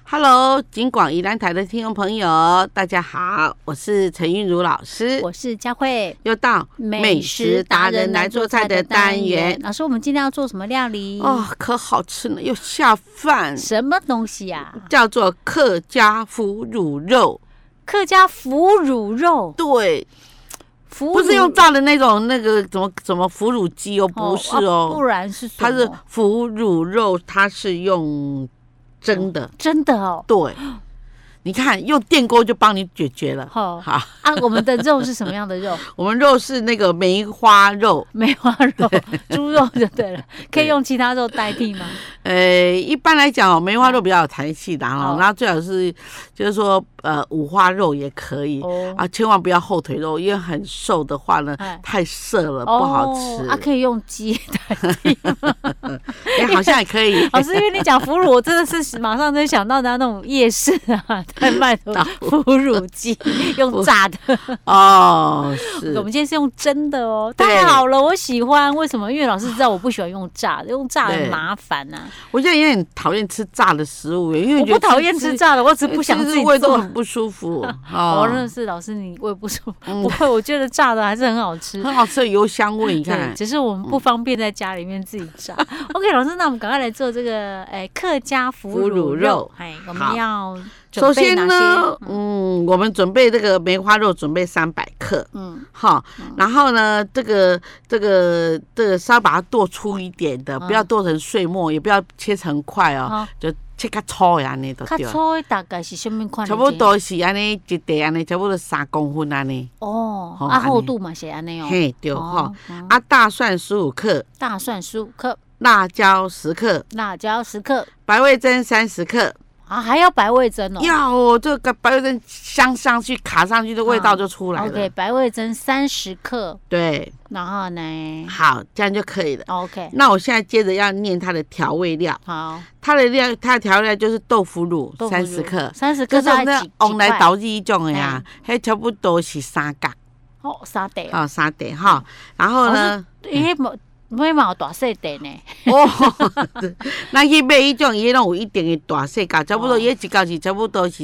Hello， 金广宜兰台的听众朋友，大家好，我是陈韵如老师， 我是佳慧， 又到美食达人来做菜的单元。 老师，我们今天要做什么料理？ 哦，可好吃呢，又下饭。 什么东西啊？ 叫做客家腐乳肉。 客家腐乳肉？ 对。不是用炸的那种，那个怎么腐乳鸡哦，不是哦， 不然是什么？ 它是腐乳肉，它是用蒸的， 真的哦。 对，你看用电锅就帮你解决了。 好啊，我们的肉是什么样的肉？ 我们肉是那个梅花肉， 梅花肉，猪肉就对了。可以用其他肉代替吗？ 一般来讲哦，梅花肉比较有弹性的哈，然后最好是就是说五花肉也可以啊，千万不要后腿肉，因为很瘦的话呢太涩了，不好吃。 可以用鸡代替吗？ 好像也可以。 老师，因为你讲腐乳，我真的是马上就想到那种夜市啊，在卖的腐乳鸡，用炸的。 哦，是。 我们今天是用蒸的哦，太好了，我喜欢。为什么？因为老师知道我不喜欢用炸的，用炸的麻烦啊。 我现在也很讨厌吃炸的食物，因为我不讨厌吃炸的，我只是不想自己做， 胃都很不舒服。 我认识老师，你胃不舒服，不会，我觉得炸的还是很好吃， 很好吃的油香味。你看， 只是我们不方便在家里面自己炸。OK， 老师，那我们赶快来做这个客家腐乳肉。我们要首先呢，我们准备这个梅花肉，准备300克。好，然后呢，这个稍微把它剁粗一点的，不要剁成碎末，也不要切成块哦，就切较粗的安尼就对了。 较粗的大概是什么款？ 差不多是安尼一袋安尼，差不多3公分安尼。 哦，厚度嘛是安尼哦。 嘿，对哈。大蒜15克， 大蒜15克， 辣椒10克， 辣椒10克， 白味噌30克。 还要白味噌哦。 要哦，这个白味噌香上去，卡上去的味道就出来了。 OK， 白味噌30克。 对。 然后呢？ 好，这样就可以了。 OK。 那我现在接着要念它的调味料。 好。 它的调味料就是豆腐乳30克 ，30克大概几块？ 往来倒一种的呀，还差不多是3角。 哦，3块。 哦，3块哈。然后呢？ 买嘛有大细块呢。 哦，那去买一种，伊拢有一定的大细角，差不多伊一角是差不多是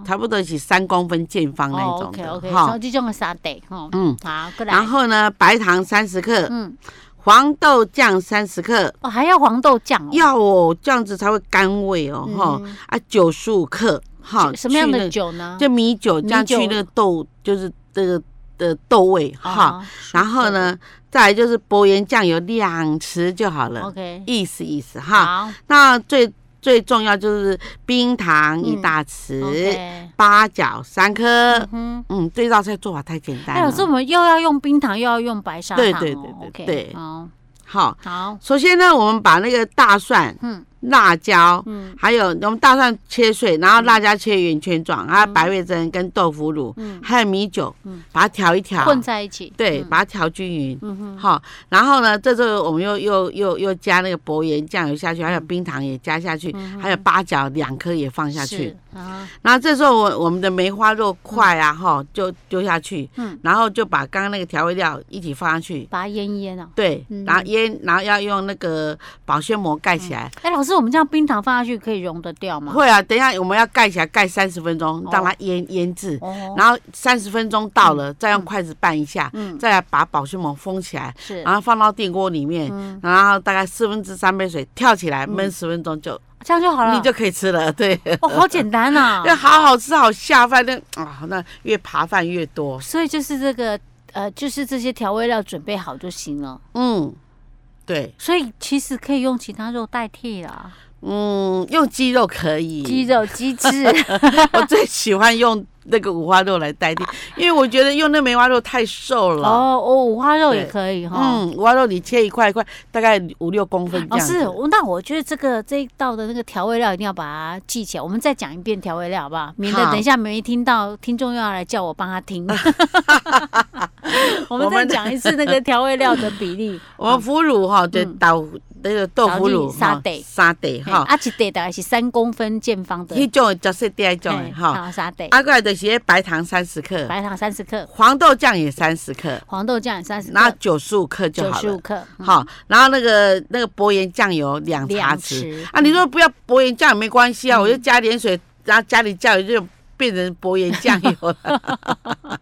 3公分见方那种的。 OK， 好，这种的3块。好，过来。 然后呢，白糖30克。黄豆酱30克。 还要黄豆酱哦。 要哦，这样子才会甘味哦。酒15克。 好，什么样的酒呢？ 就米酒，这样去那个豆，就是这个的豆味哈。然后呢，再来就是薄盐酱油2匙就好了。 OK， 意思哈。好，那最重要就是冰糖1大匙，八角3颗。这道菜做法太简单了。 老师，我们又要用冰糖，又要用白砂糖。 对。好，首先呢，我们把那个大蒜、辣椒，还有我们大蒜切碎，然后辣椒切圆圈状，还有白味噌跟豆腐乳，还有米酒，把它调一调， 混在一起， 对，把它调均匀。好，然后呢，这时候我们又加那个薄盐酱油下去，还有冰糖也加下去，还有八角2颗也放下去。然后这时候我们的梅花肉块啊，就丢下去，然后就把刚刚那个调味料一起放上去， 把它腌一腌啊。 对，然后腌，然后要用那个保鲜膜盖起来。 老师，我们这样冰糖放下去可以溶得掉吗？ 会啊，等一下我们要盖起来，盖30分钟，让它腌制。然后30分钟到了，再用筷子拌一下，再来把保鲜膜封起来，然后放到电锅里面，然后大概3/4杯水，跳起来焖10分钟就。 这样就好了， 你就可以吃了。对， 好简单啊， 那好好吃，好下饭，那越扒饭越多。 所以就是这个就是这些调味料准备好就行了。 对。 所以其实可以用其他肉代替啦。 用鸡肉可以， 鸡翅。 我最喜欢用那个五花肉来代替，因为我觉得用那梅花肉太瘦了。 五花肉也可以哈。 五花肉你切一块一块，大概5-6公分这样子。 那我觉得这一道的那个调味料一定要把它记起来。我们再讲一遍调味料好不好？免得等一下没听到，听众又要来叫我帮他听。我们再讲一次那个调味料的比例。 我们腐乳就那个豆腐乳 3袋哈，一袋大概是3公分见方的。 迄种较细袋迄种的哈，3袋。过来就是白糖30克， 白糖30克， 黄豆酱也30克， 黄豆酱也30克， 然后酒15克就好了。 95克， 好，然后那个薄盐酱油2茶匙。你说不要薄盐酱也没关系啊，我就加点水然后家里酱油就变成薄盐酱油了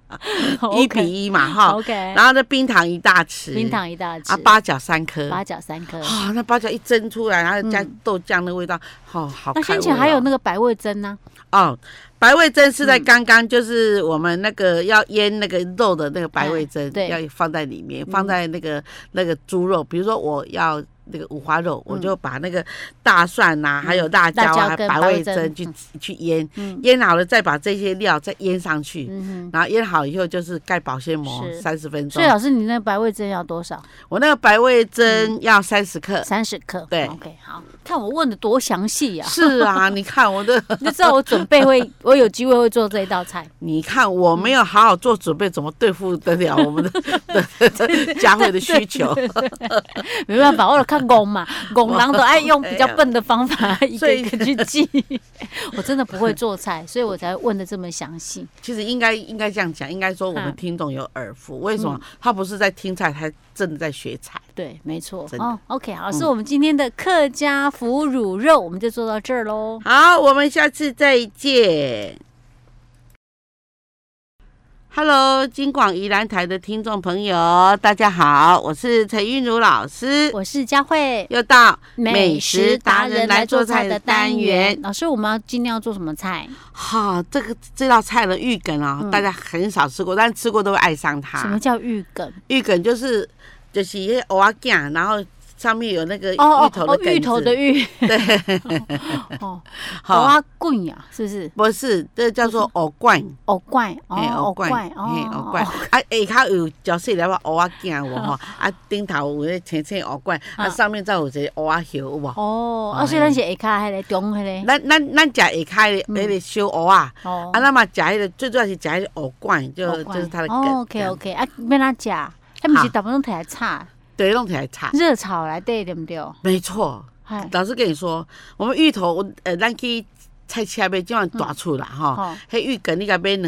，1:1嘛哈。 OK。 然后那冰糖1大匙， 冰糖1大匙啊，八角3颗， 八角3颗。 啊，那八角一蒸出来，然后加豆酱的味道，好好。 那先前还有那个百味噌呢？ 哦，百味噌是在刚刚就是我们那个要腌那个肉的那个百味噌， 对， 要放在里面，放在那个猪肉，比如说我要那个五花肉，我就把那个大蒜啊，还有辣椒啊，还有百味噌去腌，腌好了再把这些料再腌上去，然后腌好以后就是盖保鲜膜30分钟。 所以老师，你那个百味噌要多少？ 我那个百味噌要30克。 30克， 对 ，OK， 好，看我问的多详细呀！ 是啊，你看我的， 你就知道我准备我有机会会做这一道菜。 你看我没有好好做准备，怎么对付得了我们的佳慧的需求？ 没办法，我看戆嘛，戆人都爱用比较笨的方法一个一个去记。我真的不会做菜，所以我才问的这么详细。 其实应该这样讲，应该说我们听众有耳福。为什么他不是在听菜，他真的在学菜？ 对，没错。哦 ，OK， 好，是我们今天的客家腐乳肉，我们就做到这儿喽。 好，我们下次再见。Hello， 金广宜兰台的听众朋友，大家好，我是陈韵如老师， 我是佳慧， 又到美食达人来做菜的单元。 老师，我们今天要做什么菜？ 好，这道菜的玉梗啊，大家很少吃过，但吃过都会爱上它。 什么叫玉梗？ 玉梗就是蚵仔羹，然后上面有那个芋头的梗子， 芋头的芋， 对， 哦，蚵仔棍呀，是不是？ 不是，这叫做蚵罐， 蚵罐， 蚵罐，蚵罐，啊，下头有嚼细粒蚵仔羹有吼，啊，顶头有那青青蚵罐，啊，上面再有一个蚵仔叶有无？ 哦，啊，所以咱是下骹迄个中迄个， 咱食下骹迄个小蚵仔，啊，咱嘛食迄个最主要是食迄个蚵罐，就是它的梗。 OK， 啊，要哪食？啊，不是大部分都摕来炒。 对，弄起来炒热炒来对不对？ 没错，老师跟你说，我们芋头，咱去菜市买，今晚大厝啦哈，迄芋梗你甲买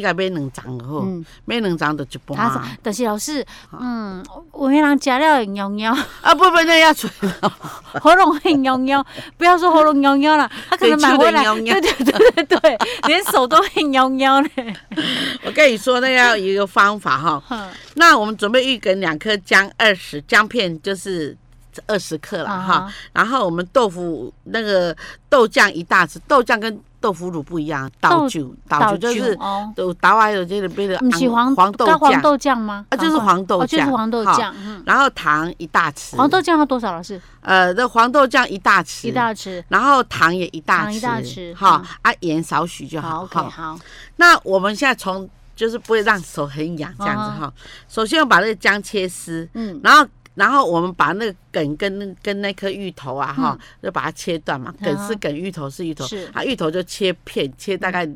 2张就好，买2张就一半。 但是老师，有些人吃了会尿尿啊，不，那要吹喉咙会尿尿，不要说喉咙尿尿了，他可能买回来，对，连手都会尿尿嘞。 我跟你说，那要有一个方法哈。那我们准备玉梗2颗姜20，姜片就是20克了哈。然后我们豆腐那个豆酱1大匙，豆酱跟豆腐乳不一样，倒酒就是倒完有这个别的黄豆酱吗？ 啊，就是黄豆酱， 就是黄豆酱。 然后糖1大匙， 黄豆酱要多少老师？ 那黄豆酱1大匙，然后糖也1大匙，哈啊，盐少许就好。 好。 那我们现在就是不会让手很痒这样子哈。首先我把那个姜切丝，然后我们把那个梗跟那颗芋头啊哈，就把它切断嘛。梗是梗，芋头是芋头，啊，芋头就切片，切大概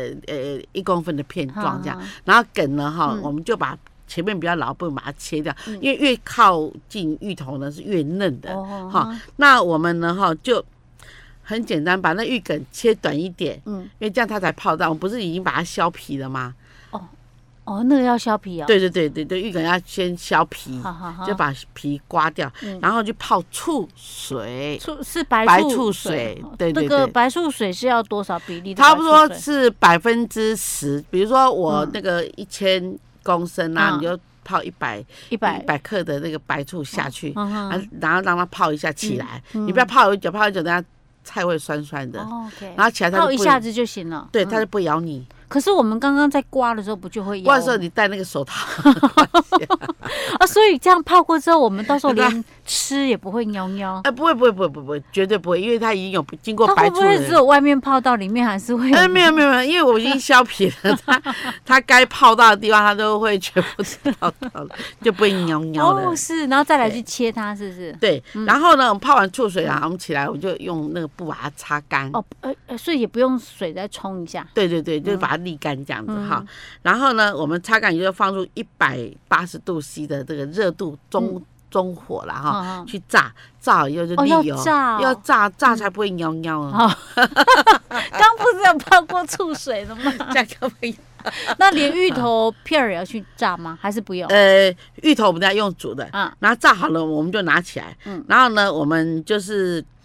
1公分的片状这样。然后梗呢哈，我们就把前面比较老部分把它切掉，因为越靠近芋头呢是越嫩的哈。那我们呢哈就很简单，把那芋梗切短一点，因为这样它才泡到。我们不是已经把它削皮了吗？ 那个要削皮哦。 对，芋梗要先削皮，就把皮刮掉，然后就泡醋水。 是白醋水。对。那个白醋水是要多少比例的？ 差不多是10%。比如说我那个1000公升啊，你就泡100克的那个白醋下去，然后让它泡一下起来。你不要泡很久，等下菜会酸酸的。然后起来它泡一下子就行了。 对，它就不咬你。 可是我们刚刚在刮的时候不就会咬？ 刮的时候你戴那个手套啊，所以这样泡过之后，我们到时候连吃也不会尿尿。 不会，绝对不会，因为它已经有经过白醋了。 它会不会只有外面泡到，里面还是会？ 没有，因为我已经削皮了，它该泡到的地方它都会全部泡到了，就不会尿尿了。 是，然后再来去切它，是不是？ 对，然后呢，我们泡完醋水啊，我们起来我们就用那个布把它擦干。 所以也不用水再冲一下。 对，就是把它沥干这样子哈。然后呢，我们擦干以后放入180度 C 的这个热度中火啦哈，去炸好以后就沥油，要炸才不会尿尿啊。 刚不是有泡过醋水的吗？ 这样可不可以？ 那连芋头片儿也要去炸吗？还是不用？ 芋头我们要用煮的，然后炸好了我们就拿起来，然后呢我们就是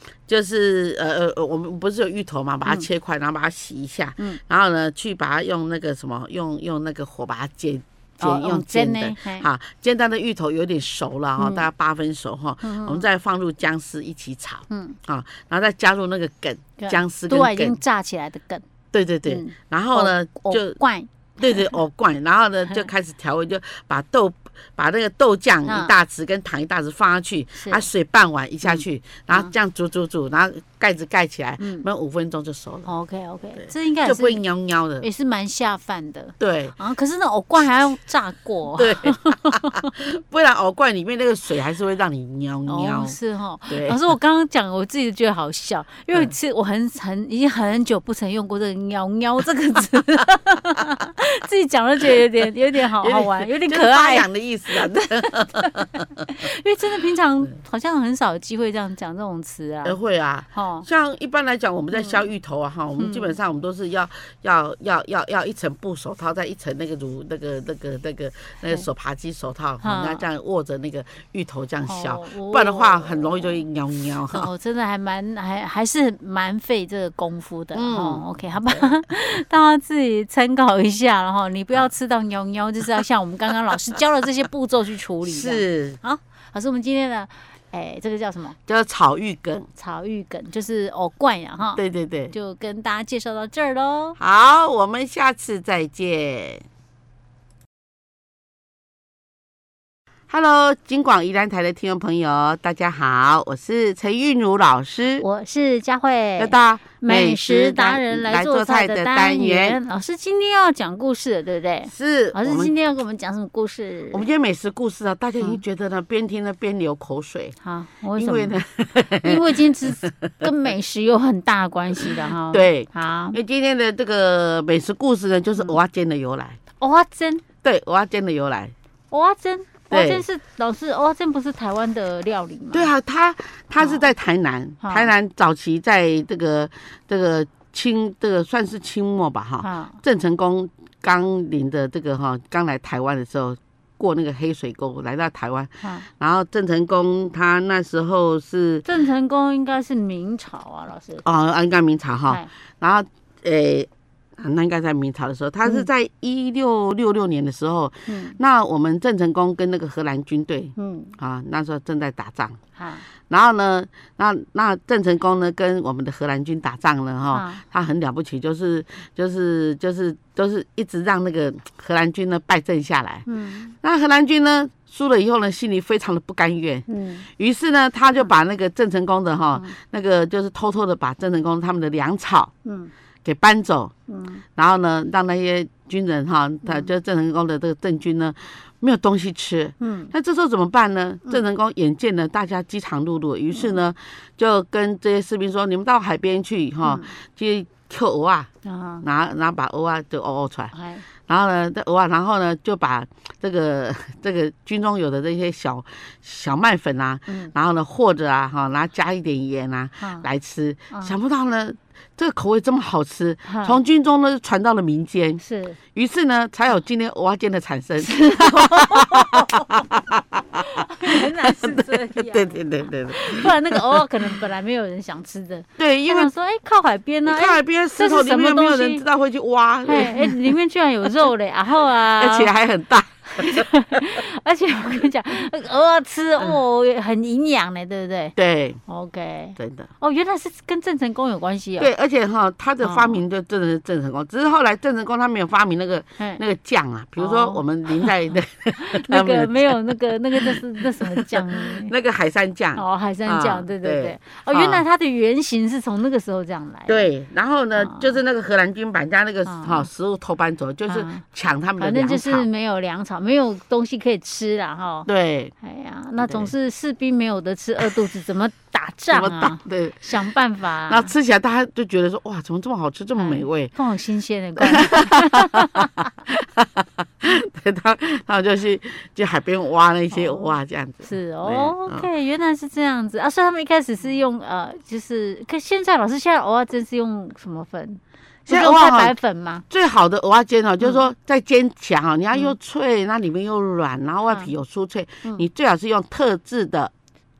就是我们不是有芋头嘛，把它切块，然后把它洗一下，然后呢去把它用那个什么用那个火把它煎用煎的，好，煎到的芋头有点熟了哈，大概8分熟哈，我们再放入姜丝一起炒，然后再加入那个梗，姜丝跟梗， 已经炸起来的梗， 对，然后呢就罐， 对藕罐，然后呢就开始调味，就把那个豆酱1大匙跟糖1大匙放下去，把水半碗一下去，然后这样煮，然后盖子盖起来，5分钟就熟了。 OK， 这应该就不会喵喵的， 也是蛮下饭的。 对啊，可是那藕罐还要炸过， 对，不然藕罐里面那个水还是会让你喵喵。 是哈， 对。 老师，我刚刚讲，我自己觉得好笑，因为其实我已经很久不曾用过这个“喵喵”这个字，自己讲了觉得有点好玩，有点可爱。 养的意思啊， 因为真的平常好像很少有机会这样讲这种词啊。 会啊，像一般来讲，我们在削芋头啊，哈，我们基本上我们都是要一层布手套，再一层那个手扒鸡手套，然后这样握着那个芋头这样削，不然的话很容易就会喵喵。 真的还是蛮费这个功夫的。OK， 好吧，大家自己参考一下，然后你不要吃到喵喵，就是要像我们刚刚老师教的这些步骤去处理。 是， 好，老师，我们今天的这个叫什么？ 叫炒芋梗。 炒芋梗就是藕罐呀，哈。 对， 就跟大家介绍到这儿喽。 好，我们下次再见。Hello， 金广宜兰台的听众朋友，大家好，我是陈韵如老师， 我是佳慧， 又到美食达人来做菜的单元。老师今天要讲故事了，对不对？ 是。 老师今天要跟我们讲什么故事？ 我们今天美食故事啊，大家已经觉得呢，边听呢边流口水。 好，为什么？因为今天跟美食有很大关系的哈。 对， 好， 因为今天的这个美食故事呢，就是蚵仔煎的由来。 蚵仔煎？ 对，蚵仔煎的由来。 蚵仔煎。蚵仔煎是老师，蚵仔煎不是台湾的料理吗？ 对啊，它是在台南，台南早期在这个算是清末吧哈。郑成功刚领的这个刚来台湾的时候，过那个黑水沟来到台湾，然后郑成功他那时候是郑成功应该是明朝啊，老师应该明朝哈，然后那应该在明朝的时候，他是在1666年的时候，那我们郑成功跟那个荷兰军队，那时候正在打仗，然后呢，那郑成功呢跟我们的荷兰军打仗呢，哈，他很了不起，就是一直让那个荷兰军呢败阵下来，那荷兰军呢输了以后呢，心里非常的不甘愿，于是呢，他就把那个郑成功的那个就是偷偷的把郑成功他们的粮草，给搬走，然后呢，让那些军人他就郑成功的这个郑军呢，没有东西吃，那这时候怎么办呢？郑成功眼见呢大家饥肠辘辘，于是呢，就跟这些士兵说：“你们到海边去去捡蚵啊，然后把蚵啊就蚵出来，然后呢，蚵啊，然后呢就把这个军中有的这些小麦粉啊，然后呢和着啊然后加一点盐啊来吃，想不到呢。”这个口味这么好吃，从军中呢传到了民间， 是， 于是呢才有今天蚵仔煎的产生。 原来是这样， 对， 不然那个蚵可能本来没有人想吃的， 对，因为说靠海边呢， 靠海边石头里面没有人知道会去挖， 里面居然有肉嘞，然后而且还很大。 而且我跟你讲，蚵仔吃很营养呢，对不对？ 对 ，OK， 真的。 原来是跟郑成功有关系啊。 对，而且他的发明就真的是郑成功，只是后来郑成功他没有发明那个酱啊，比如说我们淋在那个没有那个那什么酱？ 那个海山酱。 海山酱，对。原来它的原型是从那个时候这样来。 对，然后呢，就是那个荷兰军把人家那个食物偷搬走，就是抢他们的粮草。 反正就是没有粮草。没有东西可以吃啦，哈。 对， 哎呀，那总是士兵没有得吃，饿肚子，怎么打仗啊？ 对， 想办法啊。 那吃起来大家就觉得说，哇，怎么这么好吃，这么美味， 更好新鲜的。 对，他就去海边挖那些蚵这样子。 是OK， 原来是这样子啊。所以他们一开始是用就是现在老师现在蚵仔煎是用什么粉？现在太白粉吗？ 最好的蚵仔煎就是说在煎起来你要又脆，那里面又软，然后外皮有酥脆，你最好是用特制的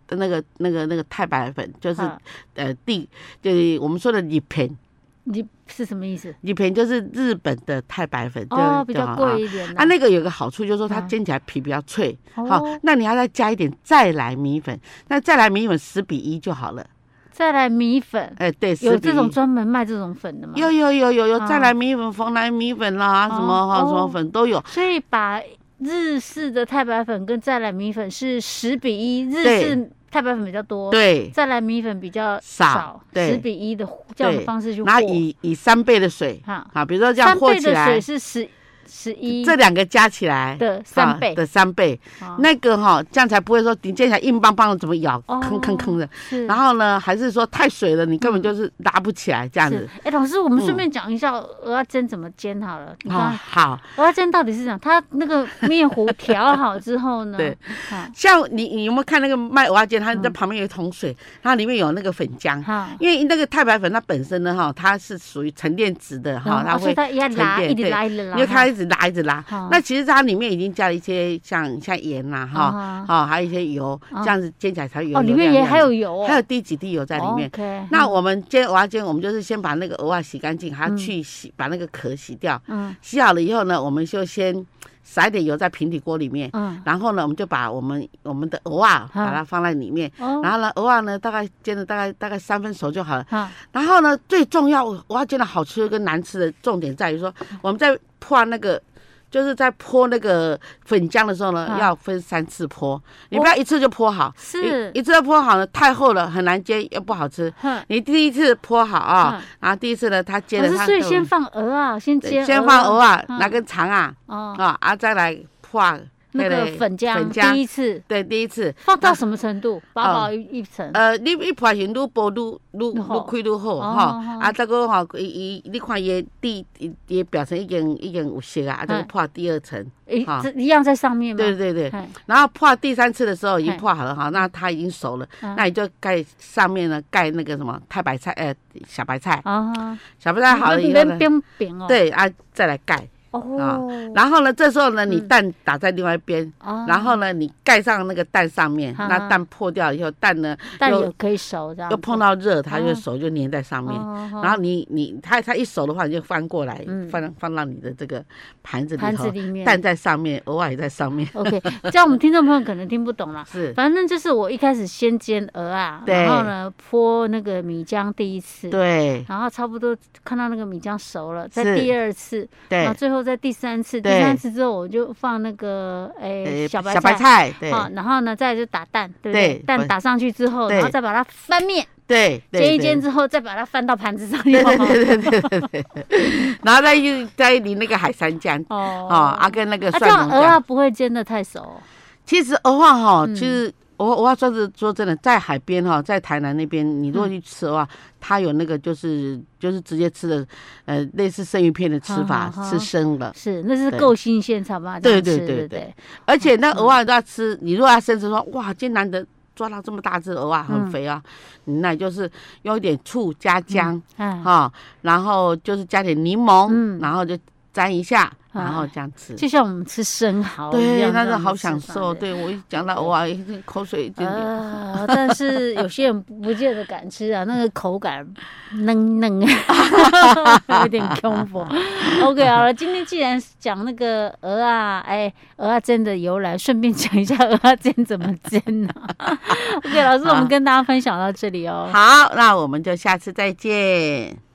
那个太白粉，就是就是我们说的日片。 你是什么意思？ 日片就是日本的太白粉， 比较贵一点。 那个有个好处就是说它煎起来皮比较脆。好，那你要再加一点再来米粉，那再来米粉10:1就好了。 再来米粉， 对， 有这种专门卖这种粉的吗？ 有再来米粉、蓬莱米粉啦，什么粉都有。 所以把日式的太白粉跟再来米粉是10:1，日式太白粉比较多， 对， 再来米粉比较少，10:1的这样的方式去和。 然后以3倍的水，好，比如说这样和起来，3 倍的水是11， 这2个加起来的3倍的3倍，那个这样才不会说你煎起来硬邦邦的，怎么咬坑的。然后呢，还是说太水了，你根本就是拉不起来这样子。 老师，我们顺便讲一下蚵仔煎怎么煎好了。 好， 蚵仔煎到底是这样，它那个面糊调好之后呢？ 对，像你有没有看那个卖蚵仔煎，它在旁边有一桶水，它里面有那个粉浆，因为那个太白粉它本身呢它是属于沉淀质的它会拉，一直拉， 因为它一直拉。那其实它里面已经加了一些像盐啦还有一些油，这样子煎起来才有。 里面也还有油， 还有滴几滴油在里面。那我们煎蚵仔煎，我们就是先把那个蚵仔洗干净，还要去洗，把那个壳洗掉。洗好了以后呢，我们就先撒一点油在平底锅里面，然后呢，我们就把我们的蚵仔把它放在里面，然后呢，蚵仔呢大概煎的大概3分熟就好了。然后呢，最重要蚵仔煎的好吃跟难吃的重点在于说，我们在泼那个。就是在泼那个粉浆的时候呢，要分3次泼，你不要一次就泼好，一次就泼好了太厚了很难煎又不好吃。你第一次泼好然后第一次呢，它煎了它。 所以先放蚵仔， 先放蚵仔，拿根肠再来泼。 那个粉浆第一次， 对，第一次放到什么程度？薄一层。 你一泼是愈薄愈开愈好这个你看伊地表层已经有色这个泼第2层。 一样在上面吗？ 对。然后泼第3次的时候已经泼好了那它已经熟了，那你就盖上面呢盖那个什么太白菜小白菜小白菜好了以后呢，对再来盖。然后呢，这时候呢，你蛋打在另外一边，然后呢，你盖上那个蛋上面，那蛋破掉以后，蛋呢又可以熟，这样又碰到热，它就熟就粘在上面。然后它一熟的话，你就翻过来，放到你的这个盘子里面，蛋在上面，蚵仔也在上面。 OK， 这样我们听众朋友可能听不懂啦。是，反正就是我一开始先煎蚵仔，然后呢泼那个米浆第一次， 对， 然后差不多看到那个米浆熟了，在第2次， 对， 然后最后在第3次，第3次之后我就放那个小白菜，对， 然后呢再就打蛋，对不对？蛋打上去之后，然后再把它翻面， 对， 煎一煎之后再把它翻到盘子上面， 对，然后再淋那个海山酱跟那个蒜蓉酱。 这样蚵仔不会煎得太熟。 其实蚵仔其实我算是说真的，在海边在台南那边，你如果去吃的话，它有那个就是直接吃的，类似生鱼片的吃法，吃生的。 是，那是够新鲜才把它这样吃，对。 而且那蚵仔都要吃，你如果要生吃，说哇，今天难得抓到这么大只蚵仔，很肥那你就是用一点醋加姜，然后就是加点柠檬，然后就沾一下。然后这样吃， 就像我们吃生蚝一样， 对，那是好享受。对，我一讲到哇，口水就但是有些人不见得敢吃那个口感嫩有点恐怖。OK， 好了，今天既然讲那个蚵仔煎的由来，顺便讲一下蚵仔煎怎么煎呢？OK， 老师，我们跟大家分享到这里哦。 好，那我们就下次再见。